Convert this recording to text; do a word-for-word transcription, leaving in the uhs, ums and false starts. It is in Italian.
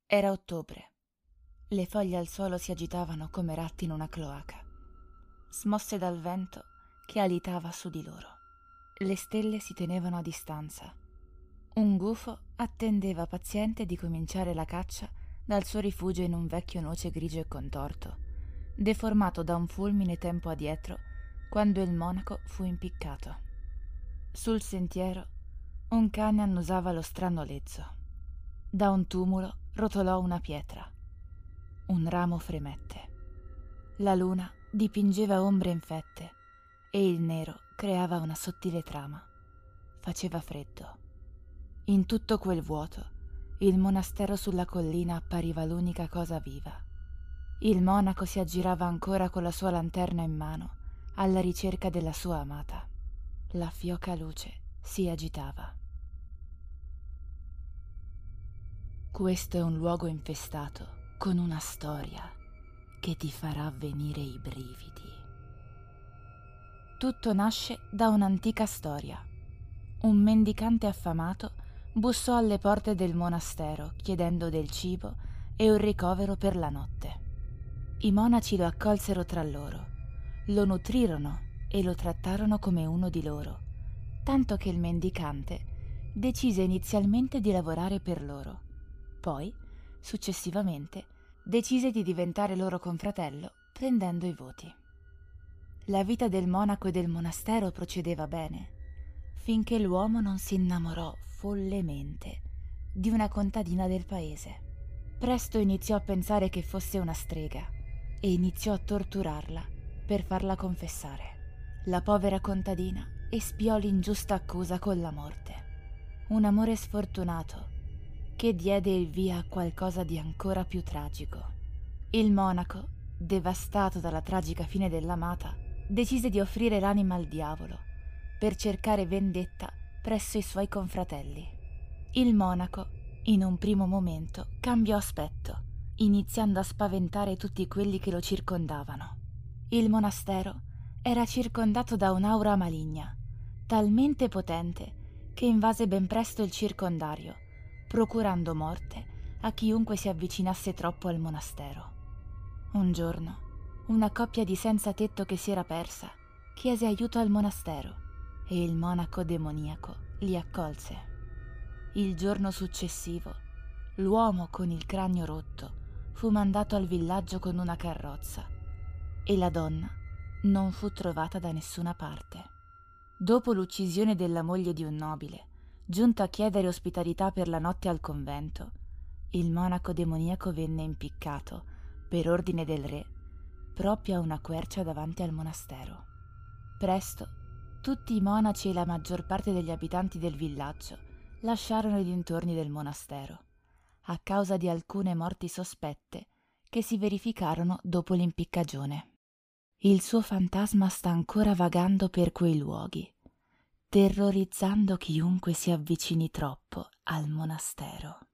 Era ottobre. Le foglie al suolo si agitavano come ratti in una cloaca, smosse dal vento che alitava su di loro. Le stelle si tenevano a distanza. Un gufo attendeva paziente di cominciare la caccia dal suo rifugio in un vecchio noce grigio e contorto, deformato da un fulmine tempo addietro, quando il monaco fu impiccato. Sul sentiero un cane annusava lo strano lezzo. Da un tumulo rotolò una pietra. Un ramo fremette. La luna dipingeva ombre infette e il nero creava una sottile trama. Faceva freddo. In tutto quel vuoto, il monastero sulla collina appariva l'unica cosa viva. Il monaco si aggirava ancora con la sua lanterna in mano, alla ricerca della sua amata. La fioca luce si agitava. Questo è un luogo infestato con una storia che ti farà venire i brividi. Tutto nasce da un'antica storia. Un mendicante affamato bussò alle porte del monastero chiedendo del cibo e un ricovero per la notte. I monaci lo accolsero tra loro, lo nutrirono e lo trattarono come uno di loro, tanto che il mendicante decise inizialmente di lavorare per loro. Poi, successivamente, decise di diventare loro confratello prendendo i voti. La vita del monaco e del monastero procedeva bene, finché l'uomo non si innamorò follemente di una contadina del paese. Presto iniziò a pensare che fosse una strega e iniziò a torturarla per farla confessare. La povera contadina espiò l'ingiusta accusa con la morte. Un amore sfortunato che diede il via a qualcosa di ancora più tragico. Il monaco, devastato dalla tragica fine dell'amata, decise di offrire l'anima al diavolo per cercare vendetta presso i suoi confratelli. Il monaco, in un primo momento, cambiò aspetto, iniziando a spaventare tutti quelli che lo circondavano. Il monastero era circondato da un'aura maligna, talmente potente che invase ben presto il circondario, procurando morte a chiunque si avvicinasse troppo al monastero. Un giorno, una coppia di senza tetto che si era persa chiese aiuto al monastero e il monaco demoniaco li accolse. Il giorno successivo, l'uomo con il cranio rotto fu mandato al villaggio con una carrozza e la donna non fu trovata da nessuna parte. Dopo l'uccisione della moglie di un nobile, giunto a chiedere ospitalità per la notte al convento, il monaco demoniaco venne impiccato, per ordine del re, proprio a una quercia davanti al monastero. Presto, tutti i monaci e la maggior parte degli abitanti del villaggio lasciarono i dintorni del monastero, a causa di alcune morti sospette che si verificarono dopo l'impiccagione. Il suo fantasma sta ancora vagando per quei luoghi, terrorizzando chiunque si avvicini troppo al monastero.